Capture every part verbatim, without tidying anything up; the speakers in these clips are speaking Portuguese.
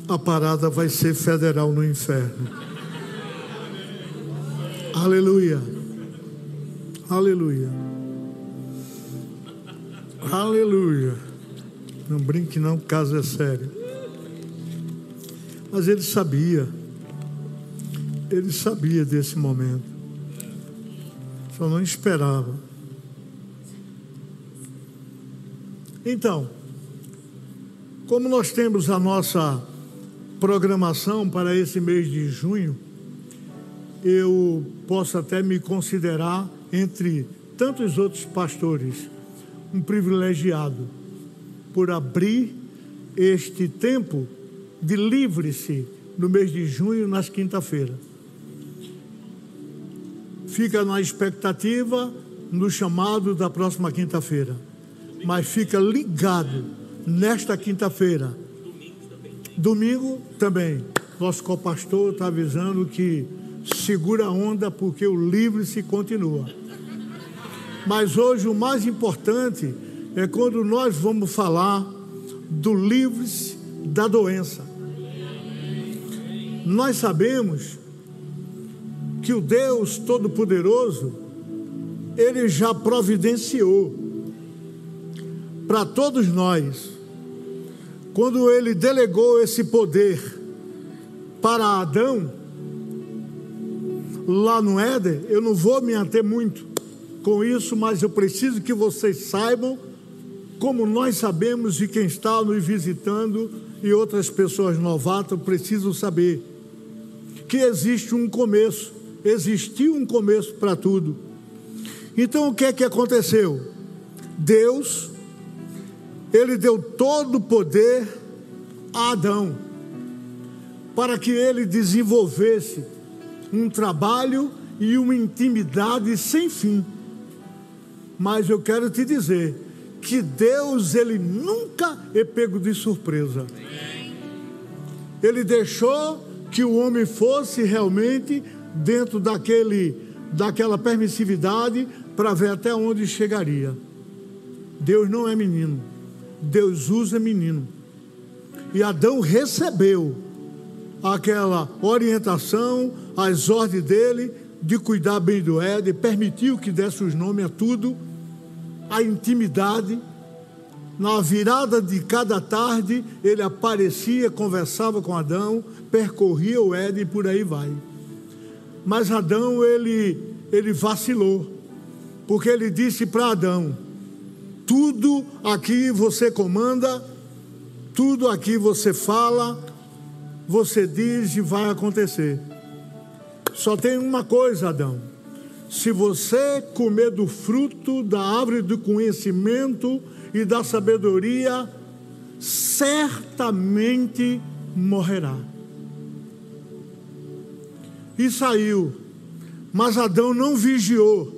a parada vai ser federal no inferno. Aleluia. Aleluia. Aleluia. Não brinque não, o caso é sério. Mas ele sabia. Ele sabia desse momento. Só não esperava. Então, como nós temos a nossa programação para esse mês de junho, eu posso até me considerar, entre tantos outros pastores, um privilegiado por abrir este tempo de livre-se no mês de junho, nas quinta-feiras. Fica na expectativa no chamado da próxima quinta-feira, mas fica ligado nesta quinta-feira. Domingo também. Nosso copastor está avisando que segura a onda porque o livre-se continua. Mas hoje o mais importante é quando nós vamos falar do livre-se da doença. Nós sabemos que o Deus Todo-Poderoso, Ele já providenciou para todos nós, quando Ele delegou esse poder para Adão, lá no Éden. Eu não vou me ater muito com isso, mas eu preciso que vocês saibam, como nós sabemos e quem está nos visitando e outras pessoas novatas precisam saber, que existe um começo, existiu um começo para tudo. Então o que é que aconteceu? Deus, Ele deu todo o poder a Adão, para que ele desenvolvesse um trabalho e uma intimidade sem fim. Mas eu quero te dizer que Deus, Ele nunca é pego de surpresa. Ele deixou que o homem fosse realmente dentro daquele, daquela permissividade para ver até onde chegaria. Deus não é menino, Deus usa menino. E Adão recebeu aquela orientação, as ordens dele de cuidar bem do Éden, permitiu que desse os nomes a tudo, a intimidade. Na virada de cada tarde, ele aparecia, conversava com Adão, percorria o Éden e por aí vai. Mas Adão, ele, ele vacilou, porque ele disse para Adão: tudo aqui você comanda, tudo aqui você fala, você diz e vai acontecer. Só tem uma coisa, Adão: se você comer do fruto da árvore do conhecimento e da sabedoria, certamente morrerá. E saiu, mas Adão não vigiou,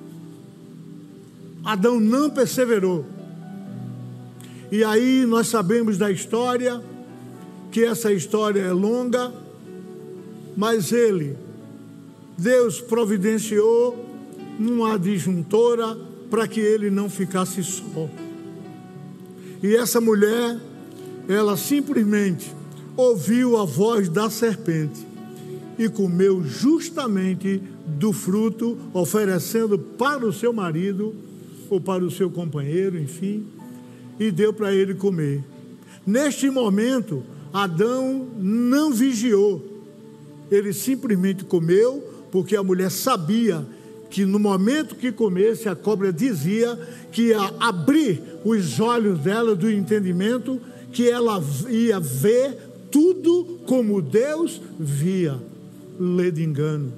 Adão não perseverou. E aí nós sabemos da história, que essa história é longa, mas ele, Deus providenciou uma adjuntora para que ele não ficasse só. E essa mulher, ela simplesmente ouviu a voz da serpente e comeu justamente do fruto, oferecendo para o seu marido ou para o seu companheiro, enfim, e deu para ele comer. Neste momento, Adão não vigiou, ele simplesmente comeu, porque a mulher sabia que no momento que comesse, a cobra dizia que ia abrir os olhos dela do entendimento, que ela ia ver tudo como Deus via. Lê de engano.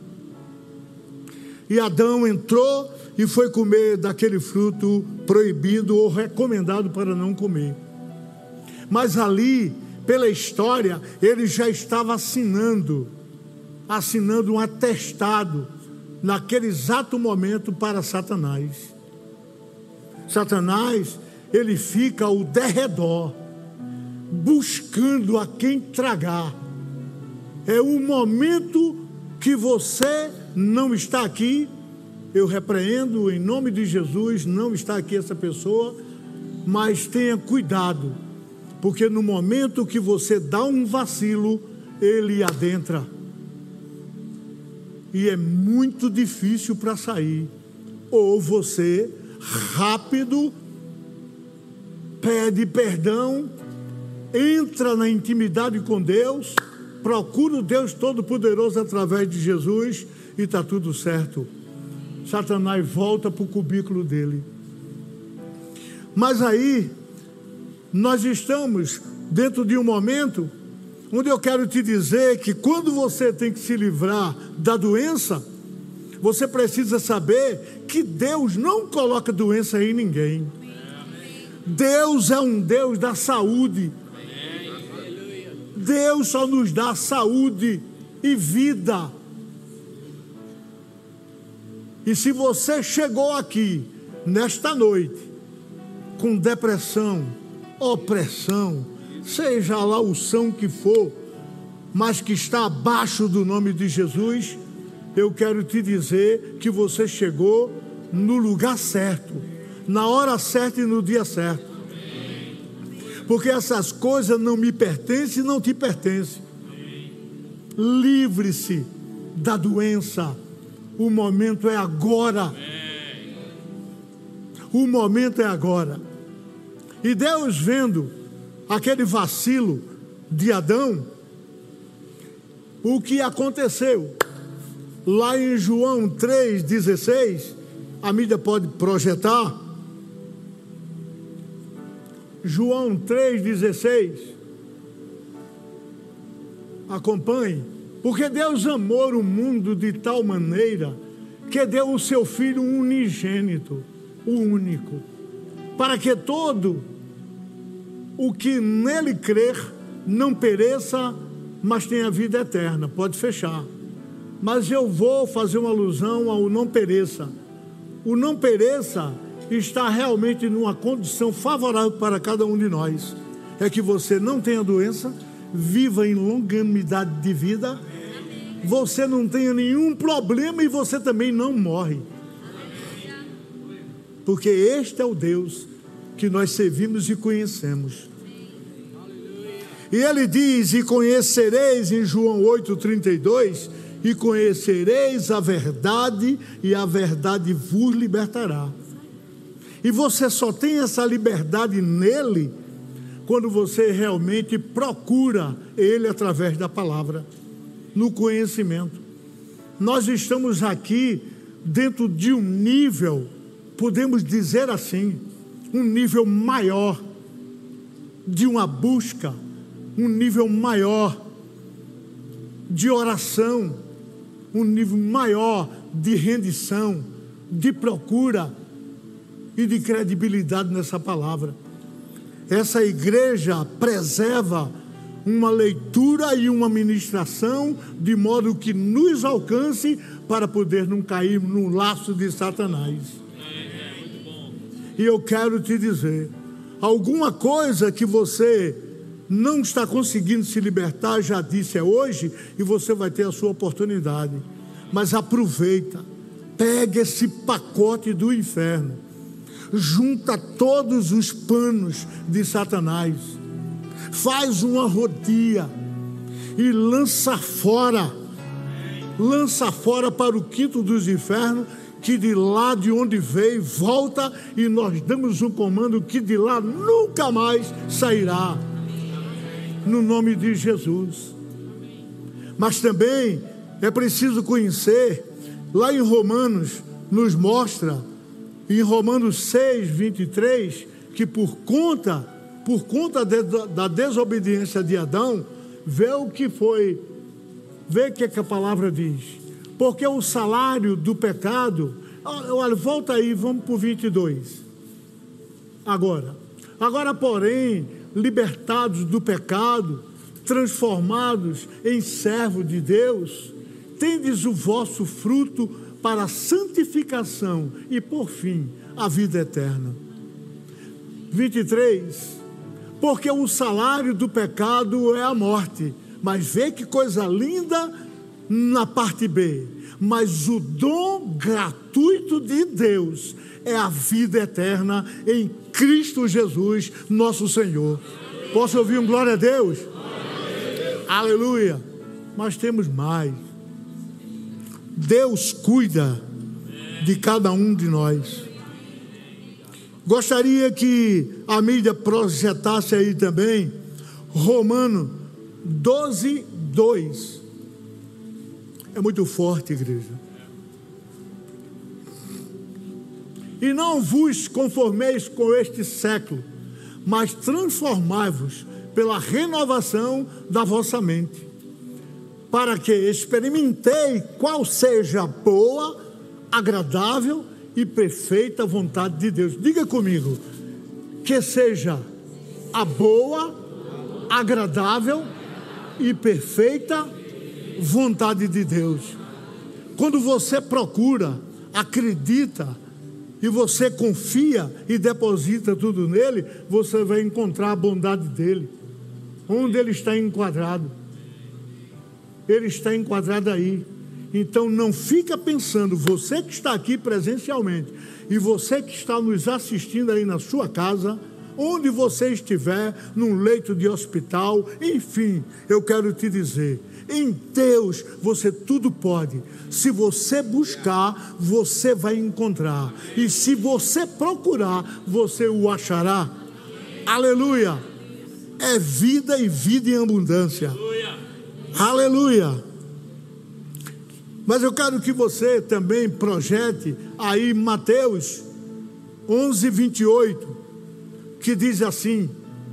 E Adão entrou e foi comer daquele fruto proibido ou recomendado para não comer. Mas ali, pela história, ele já estava assinando, assinando um atestado, naquele exato momento, para Satanás. Satanás, ele fica ao derredor, buscando a quem tragar. É o momento que você não está aqui, eu repreendo em nome de Jesus, não está aqui essa pessoa, mas tenha cuidado, Porque no momento que você dá um vacilo, ele adentra. E é muito difícil para sair. Ou você, rápido, pede perdão, entra na intimidade com Deus, procura o Deus Todo-Poderoso através de Jesus e está tudo certo. Satanás volta para o cubículo dele. Mas aí, nós estamos dentro de um momento onde eu quero te dizer que quando você tem que se livrar da doença, você precisa saber que Deus não coloca doença em ninguém. Deus é um Deus da saúde. Deus só nos dá saúde e vida. E se você chegou aqui nesta noite com depressão, opressão, seja lá o som que for, mas que está abaixo do nome de Jesus, eu quero te dizer que você chegou no lugar certo, na hora certa e no dia certo. Porque essas coisas não me pertencem e não te pertencem. Livre-se da doença. O momento é agora. O momento é agora. E Deus, vendo aquele vacilo de Adão, o que aconteceu? Lá em João três, dezesseis, a mídia pode projetar. João três, dezesseis. Acompanhe. Porque Deus amou o mundo de tal maneira que deu o seu Filho unigênito, o único, para que todo o que nele crer não pereça, mas tenha vida eterna. Pode fechar. Mas eu vou fazer uma alusão ao não pereça. O não pereça está realmente numa condição favorável para cada um de nós. É que você não tenha doença, viva em longanimidade de vida, você não tenha nenhum problema e você também não morre. Porque este é o Deus que nós servimos e conhecemos. E ele diz, e conhecereis em João oito, trinta e dois, e conhecereis a verdade, e a verdade vos libertará. E você só tem essa liberdade nele, quando você realmente procura ele através da palavra, no conhecimento. Nós estamos aqui dentro de um nível, podemos dizer assim, um nível maior de uma busca, um nível maior de oração, um nível maior de rendição, de procura e de credibilidade nessa palavra. Essa igreja preserva uma leitura e uma ministração de modo que nos alcance para poder não cair no laço de Satanás. E eu quero te dizer, alguma coisa que você não está conseguindo se libertar, já disse, é hoje, e você vai ter a sua oportunidade. Mas aproveita, pega esse pacote do inferno, junta todos os panos de Satanás, faz uma rodia e lança fora, lança fora para o quinto dos infernos, que de lá de onde veio, volta, e nós damos um comando que de lá nunca mais sairá. No nome de Jesus. Mas também é preciso conhecer, lá em Romanos nos mostra, em Romanos seis, vinte e três, que por conta, por conta de, da desobediência de Adão, vê o que foi, vê o que, que a palavra diz. Porque o salário do pecado, olha, volta aí, vamos para o vinte e dois. Agora, agora porém, libertados do pecado, transformados em servos de Deus, tendes o vosso fruto para a santificação e, por fim, a vida eterna. vinte e três. Porque o salário do pecado é a morte. Mas vê que coisa linda na parte B. Mas o dom gratuito de Deus é a vida eterna em Cristo Jesus, nosso Senhor. Posso ouvir um glória a Deus? Aleluia. Mas temos mais. Deus cuida de cada um de nós. Gostaria que a mídia projetasse aí também Romanos doze, dois. É muito forte, igreja. E não vos conformeis com este século, mas transformai-vos pela renovação da vossa mente, para que experimentei qual seja a boa, agradável e perfeita vontade de Deus. Diga comigo, que seja a boa, agradável e perfeita vontade de Deus. Quando você procura, acredita e você confia e deposita tudo nele, você vai encontrar a bondade dele. Onde ele está enquadrado? Ele está enquadrado aí. Então não fica pensando, você que está aqui presencialmente e você que está nos assistindo aí na sua casa, onde você estiver, num leito de hospital, enfim, eu quero te dizer, em Deus você tudo pode. Se você buscar, você vai encontrar. E se você procurar, você o achará. Aleluia! É vida e vida em abundância. Aleluia! Mas eu quero que você também projete aí Mateus onze, vinte e oito, que diz assim: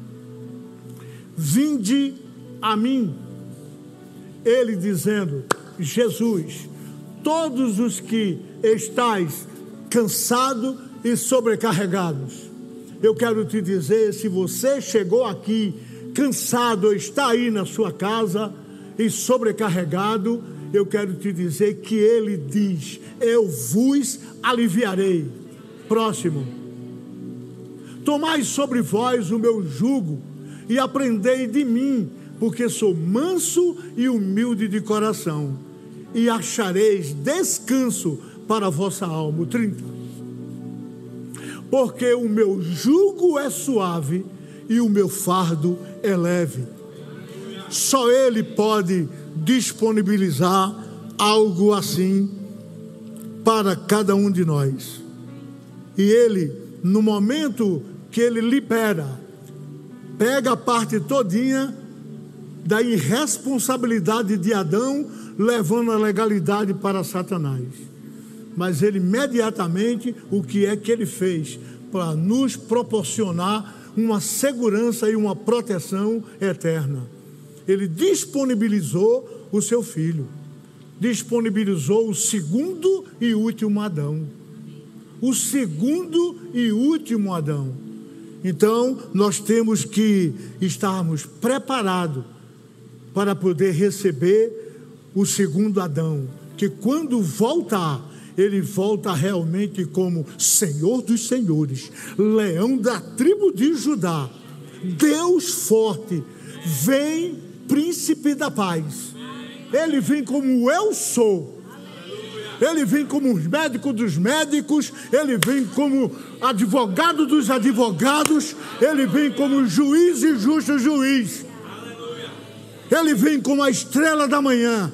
vinde a mim, ele dizendo, Jesus, todos os que estáis cansados e sobrecarregados. Eu quero te dizer, se você chegou aqui cansado, ou está aí na sua casa e sobrecarregado, eu quero te dizer que ele diz, eu vos aliviarei. Próximo. Tomai sobre vós o meu jugo e aprendei de mim, porque sou manso e humilde de coração, e achareis descanso para a vossa alma. trinta. Porque o meu jugo é suave e o meu fardo é leve. Só ele pode disponibilizar algo assim para cada um de nós. E ele, no momento que ele libera, pega a parte todinha da irresponsabilidade de Adão, levando a legalidade para Satanás. Mas ele imediatamente, o que é que ele fez? Para nos proporcionar uma segurança e uma proteção eterna. Ele disponibilizou o seu filho, disponibilizou o segundo e último Adão, o segundo e último Adão. Então nós temos que estarmos preparados para poder receber o segundo Adão, que quando voltar, ele volta realmente como Senhor dos Senhores, Leão da tribo de Judá, Deus forte, vem Príncipe da paz. Ele vem como eu sou. Ele vem como médico dos médicos. Ele vem como advogado dos advogados. Ele vem como juiz e justo juiz. Ele vem como a estrela da manhã.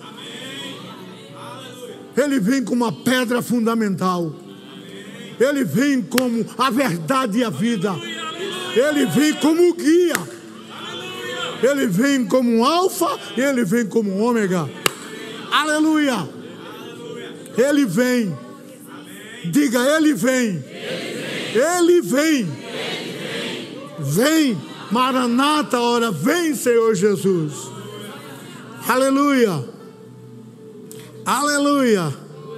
Ele vem como a pedra fundamental. Ele vem como a verdade e a vida. Ele vem como guia. Ele vem como um alfa, ele vem como um ômega. Aleluia. Ele vem. Diga, ele vem. Ele vem. Vem. Maranata, ora, vem, Senhor Jesus. Aleluia. Aleluia.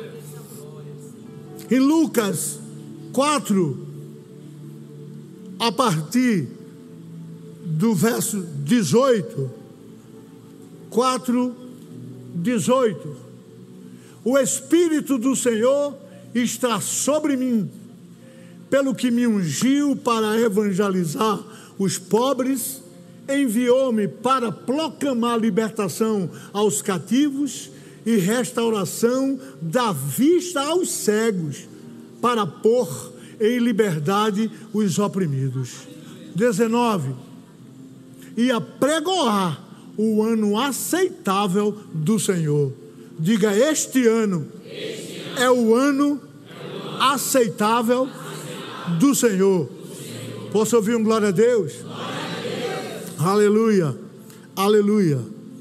Em Lucas quatro, a partir do verso dezoito, quatro, dezoito, o Espírito do Senhor está sobre mim, pelo que me ungiu para evangelizar os pobres, enviou-me para proclamar libertação aos cativos e restauração da vista aos cegos, para pôr em liberdade os oprimidos. dezenove. e apregoar o ano aceitável do Senhor. Diga: este ano, este ano é o ano, é o ano aceitável, aceitável do Senhor. Do Senhor. Posso ouvir um glória a Deus? Glória a Deus. Aleluia, aleluia,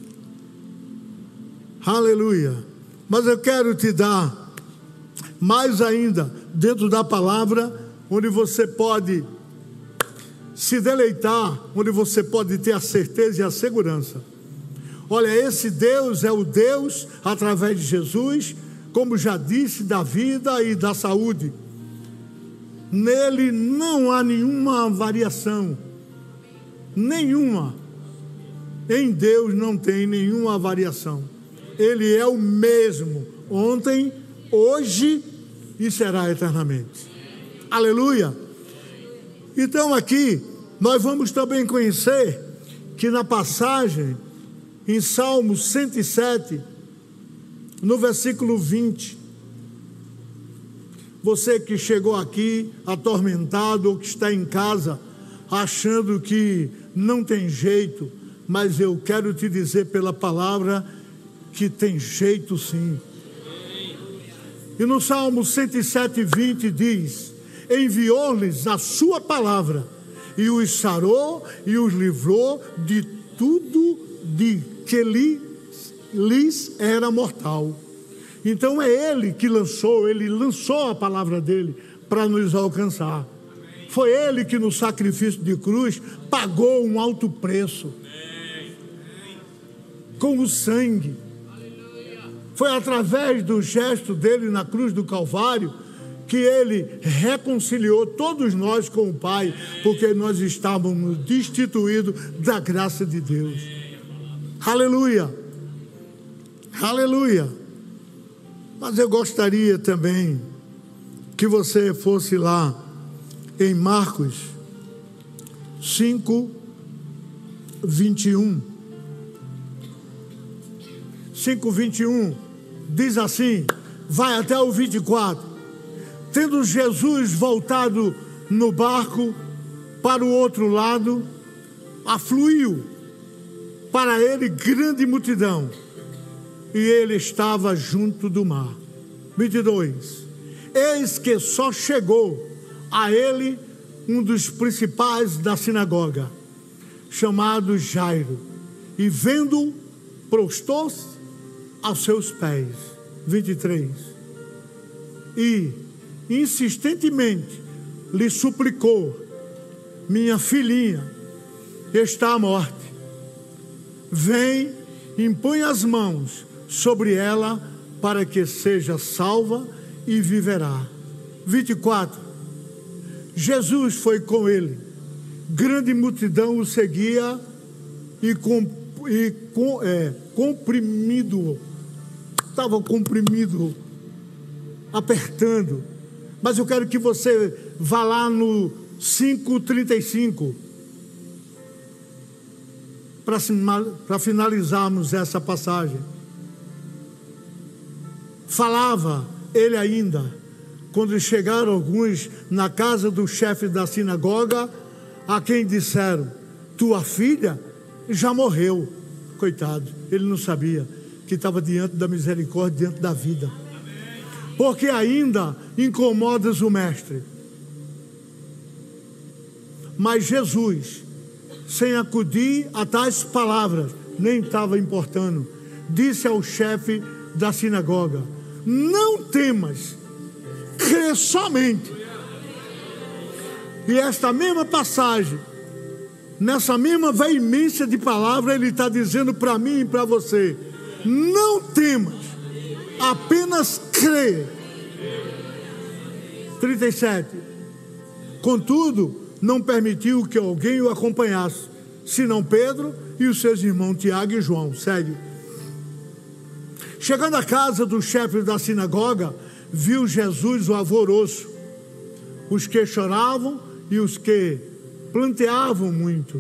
aleluia. Mas eu quero te dar mais ainda, dentro da palavra, onde você pode se deleitar, onde você pode ter a certeza e a segurança. Olha, esse Deus é o Deus, através de Jesus, como já disse, da vida e da saúde. Nele não há nenhuma variação, nenhuma. Em Deus não tem nenhuma variação. Ele é o mesmo, ontem, hoje e será eternamente. Aleluia! Então aqui, nós vamos também conhecer que na passagem, em Salmo cento e sete, no versículo vinte, você que chegou aqui atormentado ou que está em casa, achando que não tem jeito, mas eu quero te dizer pela palavra que tem jeito sim. E no Salmo cento e sete, vinte diz: enviou-lhes a sua palavra e os sarou e os livrou de tudo de que lhes, lhes era mortal. Então é Ele que lançou, Ele lançou a palavra dEle para nos alcançar. Foi Ele que no sacrifício de cruz pagou um alto preço com o sangue. Foi através do gesto dele na cruz do Calvário que ele reconciliou todos nós com o Pai, porque nós estávamos destituídos da graça de Deus. Aleluia, aleluia. Mas eu gostaria também que você fosse lá em Marcos cinco, vinte e um. cinco, vinte e um diz assim, vai até o vinte e quatro. Tendo Jesus voltado no barco para o outro lado, afluiu para ele grande multidão, e ele estava junto do mar. vinte e dois. Eis que só chegou a ele um dos principais da sinagoga, chamado Jairo, e vendo-o, prostou-se aos seus pés. vinte e três. E insistentemente lhe suplicou: minha filhinha está à morte, vem, impõe as mãos sobre ela para que seja salva e viverá. vinte e quatro. Jesus foi com ele, grande multidão o seguia e, com, e com, é, comprimido, estava comprimido, apertando. Mas eu quero que você vá lá no cinco, trinta e cinco, para finalizarmos essa passagem. Falava ele ainda, quando chegaram alguns na casa do chefe da sinagoga, a quem disseram: tua filha já morreu. Coitado, ele não sabia que estava diante da misericórdia, diante da vida. Porque ainda incomodas o mestre. Mas Jesus, sem acudir a tais palavras, nem estava importando, disse ao chefe da sinagoga: não temas, crê somente. E esta mesma passagem, nessa mesma veemência de palavra, ele está dizendo para mim e para você: não temas, apenas crê. trinta e sete. Contudo, não permitiu que alguém o acompanhasse, senão Pedro e os seus irmãos Tiago e João. Segue. Chegando à casa do chefe da sinagoga, viu Jesus o alvoroço, os que choravam e os que planteavam muito.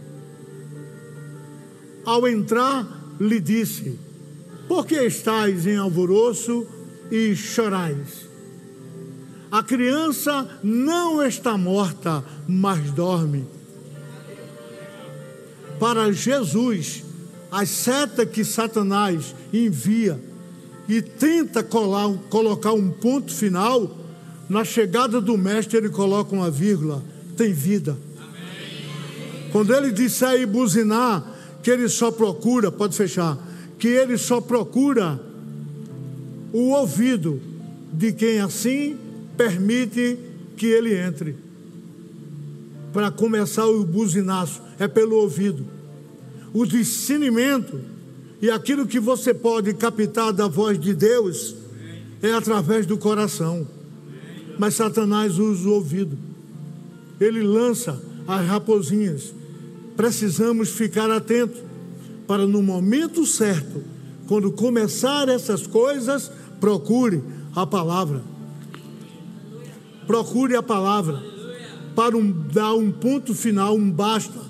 Ao entrar, lhe disse: por que estáis em alvoroço e chorais? A criança não está morta, mas dorme. para Jesus, as setas que Satanás envia e tenta colar, colocar um ponto final, na chegada do mestre ele coloca uma vírgula, tem vida. Amém. Quando ele disser aí buzinar, que ele só procura, pode fechar, que ele só procura o ouvido de quem assim permite que ele entre. Para começar o buzinaço, é pelo ouvido. O discernimento e aquilo que você pode captar da voz de Deus é através do coração. Mas Satanás usa o ouvido. Ele lança as raposinhas. Precisamos ficar atentos para no momento certo, quando começar essas coisas, procure a palavra. Procure a palavra para um, dar um ponto final, um basta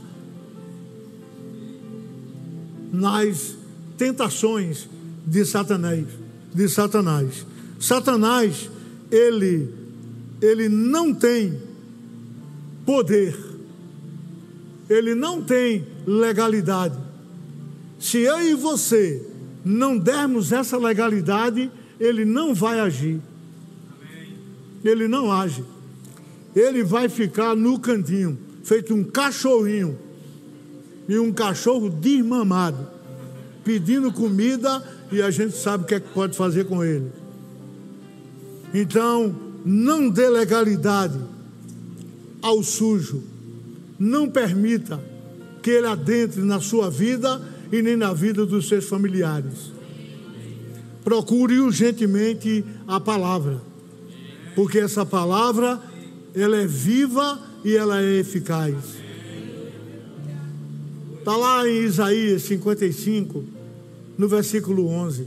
nas tentações de Satanás. De Satanás. Satanás, ele, ele não tem poder, ele não tem legalidade. Se eu e você não dermos essa legalidade, ele não vai agir. Ele não age. Ele vai ficar no cantinho, feito um cachorrinho, e um cachorro desmamado, pedindo comida, e a gente sabe o que é que pode fazer com ele. Então, não dê legalidade ao sujo. Não permita que ele adentre na sua vida e nem na vida dos seus familiares. Procure urgentemente a palavra, porque essa palavra, ela é viva e ela é eficaz. Está lá em Isaías cinquenta e cinco, no versículo onze.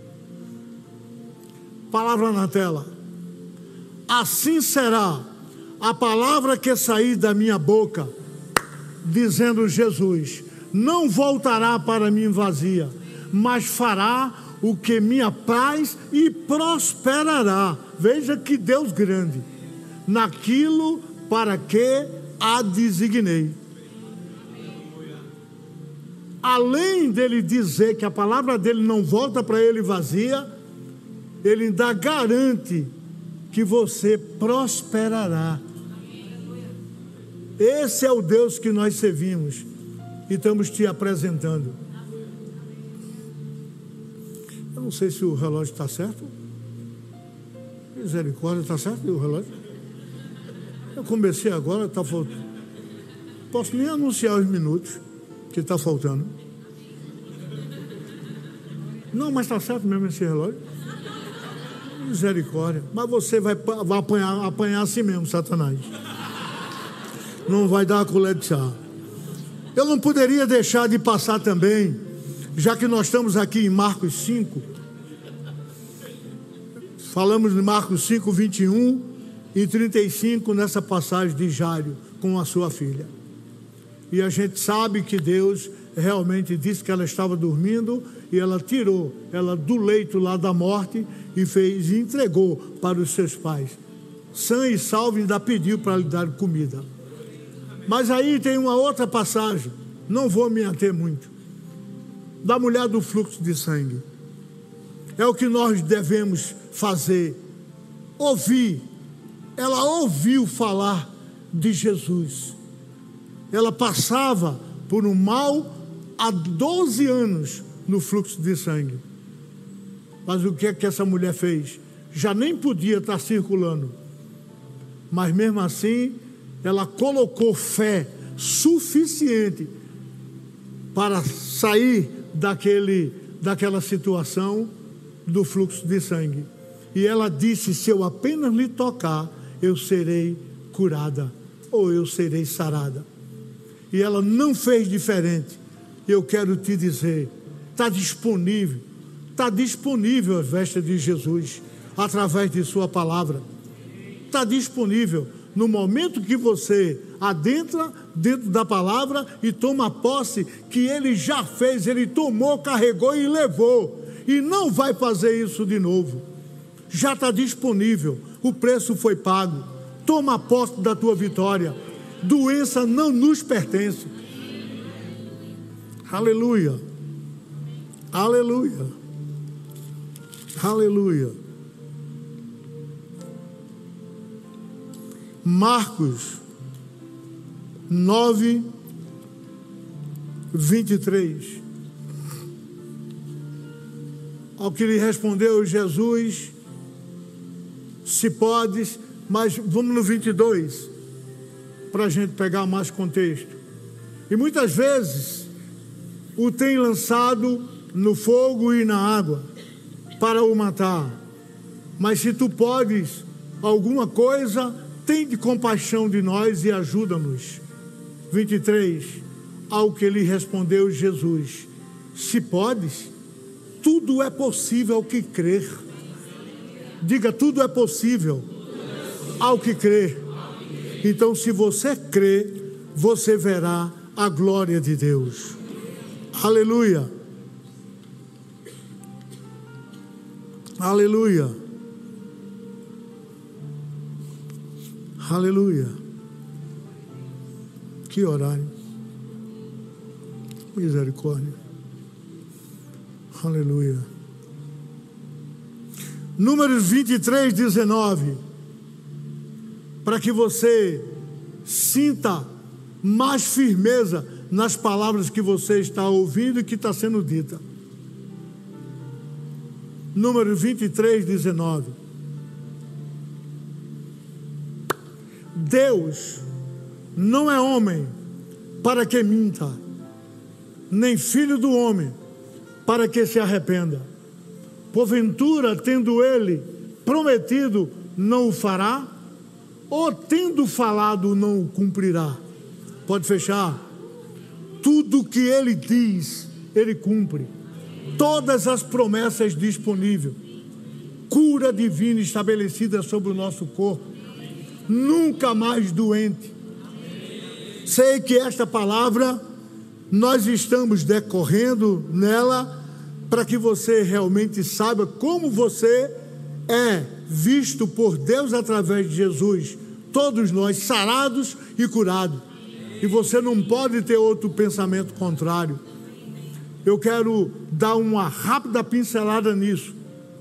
Palavra na tela. Assim será a palavra que sair da minha boca, dizendo Jesus, não voltará para mim vazia, mas fará o que me apraz e prosperará. Veja que Deus grande, naquilo para que a designei. Além dele dizer que a palavra dele não volta para ele vazia, ele ainda garante que você prosperará. Esse é o Deus que nós servimos e estamos te apresentando. Eu não sei se o relógio está certo. Misericórdia, está certo o relógio? Eu comecei agora, está faltando. Posso nem anunciar os minutos que está faltando. Não, mas está certo mesmo esse relógio. Misericórdia. Mas você vai, vai apanhar, apanhar assim mesmo, Satanás. Não vai dar a colher de chá. Eu não poderia deixar de passar também, já que nós estamos aqui em Marcos cinco. Falamos de Marcos cinco, vinte e um e trinta e cinco, nessa passagem de Jairo com a sua filha. E a gente sabe que Deus realmente disse que ela estava dormindo e ela tirou ela do leito lá da morte e fez e entregou para os seus pais. Sã e salva, ainda pediu para lhe dar comida. Mas aí tem uma outra passagem, não vou me ater muito, da mulher do fluxo de sangue. É o que nós devemos fazer, ouvir. Ela ouviu falar de Jesus. Ela passava por um mal há doze anos no fluxo de sangue. Mas o que é que essa mulher fez? Já nem podia estar circulando. Mas mesmo assim, ela colocou fé suficiente para sair daquele, daquela situação do fluxo de sangue. E ela disse, se eu apenas lhe tocar, eu serei curada, ou eu serei sarada. E ela não fez diferente. Eu quero te dizer, está disponível, está disponível a vestes de Jesus, através de sua palavra. Está disponível no momento que você adentra dentro da palavra e toma posse que ele já fez, ele tomou, carregou e levou. E não vai fazer isso de novo. Já está disponível, o preço foi pago. Toma posse da tua vitória. Doença não nos pertence. Aleluia. Aleluia. Aleluia. Marcos nove, vinte e três. Ao que lhe respondeu Jesus: se podes, mas vamos no vinte e dois, para a gente pegar mais contexto. E muitas vezes o tem lançado no fogo e na água para o matar. Mas se tu podes alguma coisa, tem de compaixão de nós e ajuda-nos. vinte e três. Ao que lhe respondeu Jesus: se podes, tudo é possível ao que crer. Diga, tudo é possível ao que crer. Então, se você crer, você verá a glória de Deus. Aleluia. Aleluia. Aleluia. Que horário. Misericórdia. Aleluia. Números vinte e três, dezenove. Para que você sinta mais firmeza nas palavras que você está ouvindo e que está sendo dita. Número vinte e três, dezenove. Deus não é homem para que minta, nem filho do homem para que se arrependa. Porventura, tendo ele prometido, não o fará? Ou tendo falado, não o cumprirá? Pode fechar. Tudo que ele diz, ele cumpre. Todas as promessas disponíveis. Cura divina estabelecida sobre o nosso corpo. Nunca mais doente. Sei que esta palavra, nós estamos decorrendo nela para que você realmente saiba como você é visto por Deus através de Jesus. Todos nós sarados e curados. E você não pode ter outro pensamento contrário. Eu quero dar uma rápida pincelada nisso.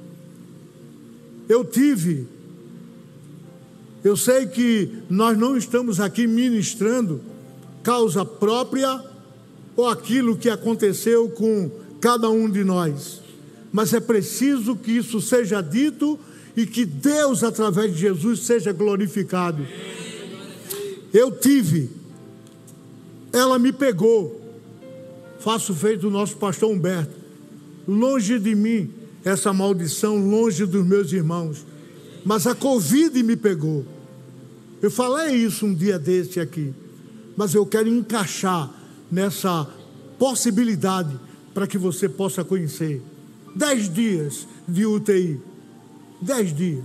Eu tive, eu sei que nós não estamos aqui ministrando causa própria ou aquilo que aconteceu com cada um de nós, mas é preciso que isso seja dito e que Deus, através de Jesus, seja glorificado. Eu tive, ela me pegou, faço feito o nosso pastor Humberto, longe de mim essa maldição, longe dos meus irmãos, mas a Covid me pegou. Eu falei isso um dia desse aqui, mas eu quero encaixar nessa possibilidade para que você possa conhecer. Dez dias de U T I, dez dias,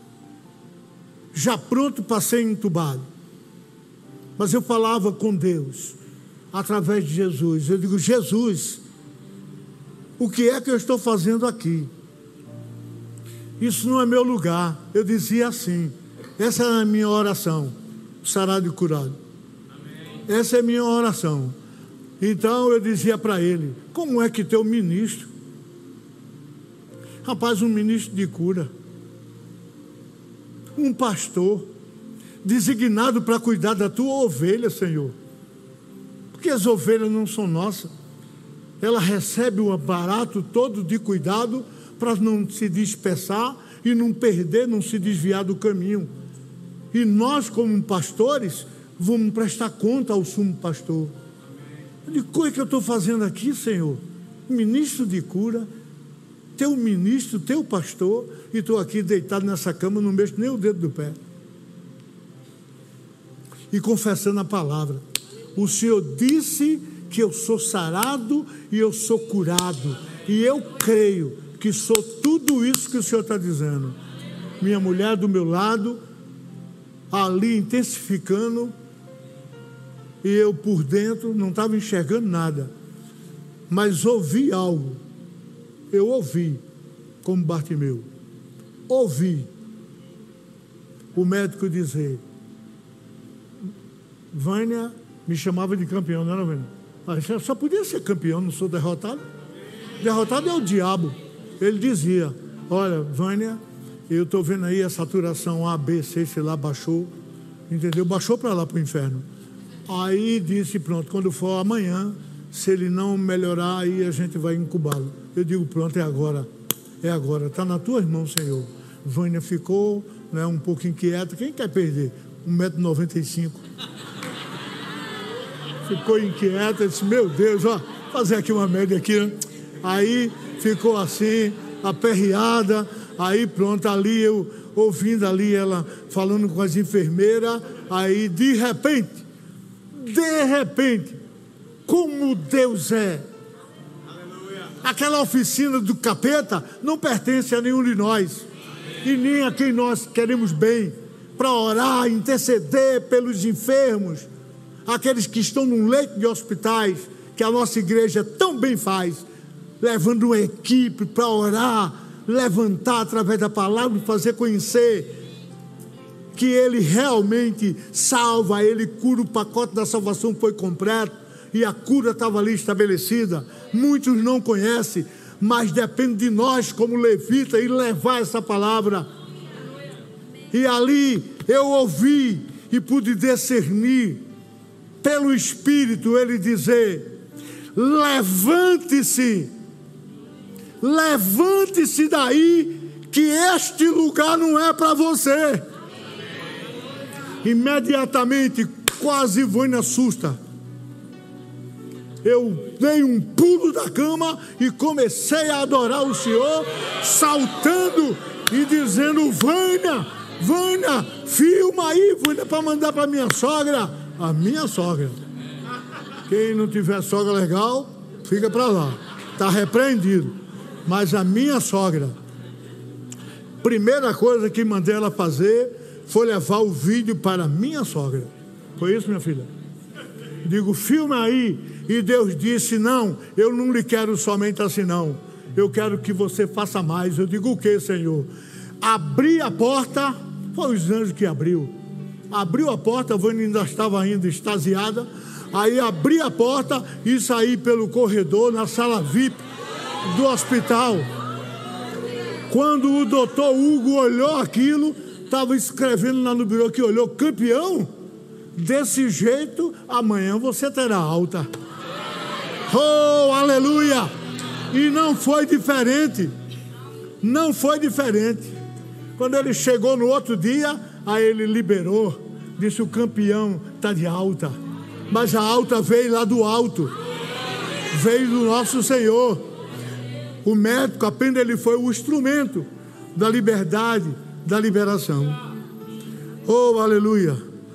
já pronto para ser entubado, mas eu falava com Deus através de Jesus. Eu digo: Jesus, o que é que eu estou fazendo aqui? Isso não é meu lugar. Eu dizia assim, essa é a minha oração, sarado e curado. Amém. Essa é a minha oração. Então eu dizia para ele: como é que teu ministro, rapaz, um ministro de cura, um pastor designado para cuidar da tua ovelha, Senhor, porque as ovelhas não são nossas, ela recebe o aparato todo de cuidado para não se dispersar e não perder, não se desviar do caminho. E nós, como pastores, vamos prestar conta ao sumo pastor. Eu digo: o que eu estou fazendo aqui, Senhor? Ministro de cura, teu ministro, teu pastor, e estou aqui deitado nessa cama, não mexo nem o dedo do pé. E confessando a palavra. O Senhor disse que eu sou sarado e eu sou curado. E eu creio que sou tudo isso que o Senhor está dizendo. Minha mulher do meu lado, ali intensificando, e eu por dentro não estava enxergando nada, mas ouvi algo. Eu ouvi, como Bartimeu, ouvi o médico dizer: Vânia, me chamava de campeão, não era, Vânia? Eu só podia ser campeão, não sou derrotado. Derrotado é o diabo. Ele dizia, olha, Vânia, eu estou vendo aí a saturação A, B, C, sei lá, baixou, entendeu? Baixou para lá, para o inferno. Aí disse, pronto, quando for amanhã, se ele não melhorar, aí a gente vai incubá-lo. Eu digo, pronto, é agora, é agora, está nas tuas mãos, Senhor. Vânia ficou, né, um pouco inquieta. Quem quer perder? um metro e noventa e cinco. Ficou inquieta, disse, meu Deus, ó, fazer aqui uma média aqui, né? Aí ficou assim, aperreada, aí pronto, ali eu ouvindo ali ela falando com as enfermeiras, aí de repente, de repente, como Deus é, aquela oficina do capeta não pertence a nenhum de nós, e nem a quem nós queremos bem, para orar, interceder pelos enfermos, aqueles que estão num leito de hospitais, que a nossa igreja tão bem faz, levando uma equipe para orar, levantar através da palavra e fazer conhecer que Ele realmente salva, Ele cura. O pacote da salvação foi completo e a cura estava ali estabelecida. Muitos não conhecem, mas depende de nós como levita e levar essa palavra. E ali eu ouvi e pude discernir pelo Espírito Ele dizer, levante-se, levante-se daí, que este lugar não é para você. Imediatamente, quase Vânia assusta. Eu dei um pulo da cama e comecei a adorar o Senhor, saltando e dizendo, Vânia, Vânia, filma aí, Vânia, para mandar para minha sogra. A minha sogra. Quem não tiver sogra legal, fica para lá. Está repreendido. Mas a minha sogra, primeira coisa que mandei ela fazer foi levar o vídeo para a minha sogra. Foi isso, minha filha? Digo, filma aí. E Deus disse, não, eu não lhe quero somente assim não. Eu quero que você faça mais. Eu digo, o que, Senhor? Abri a porta, foi os anjos que abriu. Abriu a porta, a Vânia ainda estava ainda extasiada. Aí abri a porta e saí pelo corredor na sala V I P do hospital. Quando o doutor Hugo olhou aquilo, estava escrevendo lá no birô que olhou, campeão, desse jeito amanhã você terá alta. Oh, aleluia! E não foi diferente. Não foi diferente. Quando ele chegou no outro dia, aí ele liberou, disse, o campeão está de alta. Mas a alta veio lá do alto, veio do nosso Senhor. O médico apenas ele foi o instrumento da liberdade, da liberação. Oh, aleluia!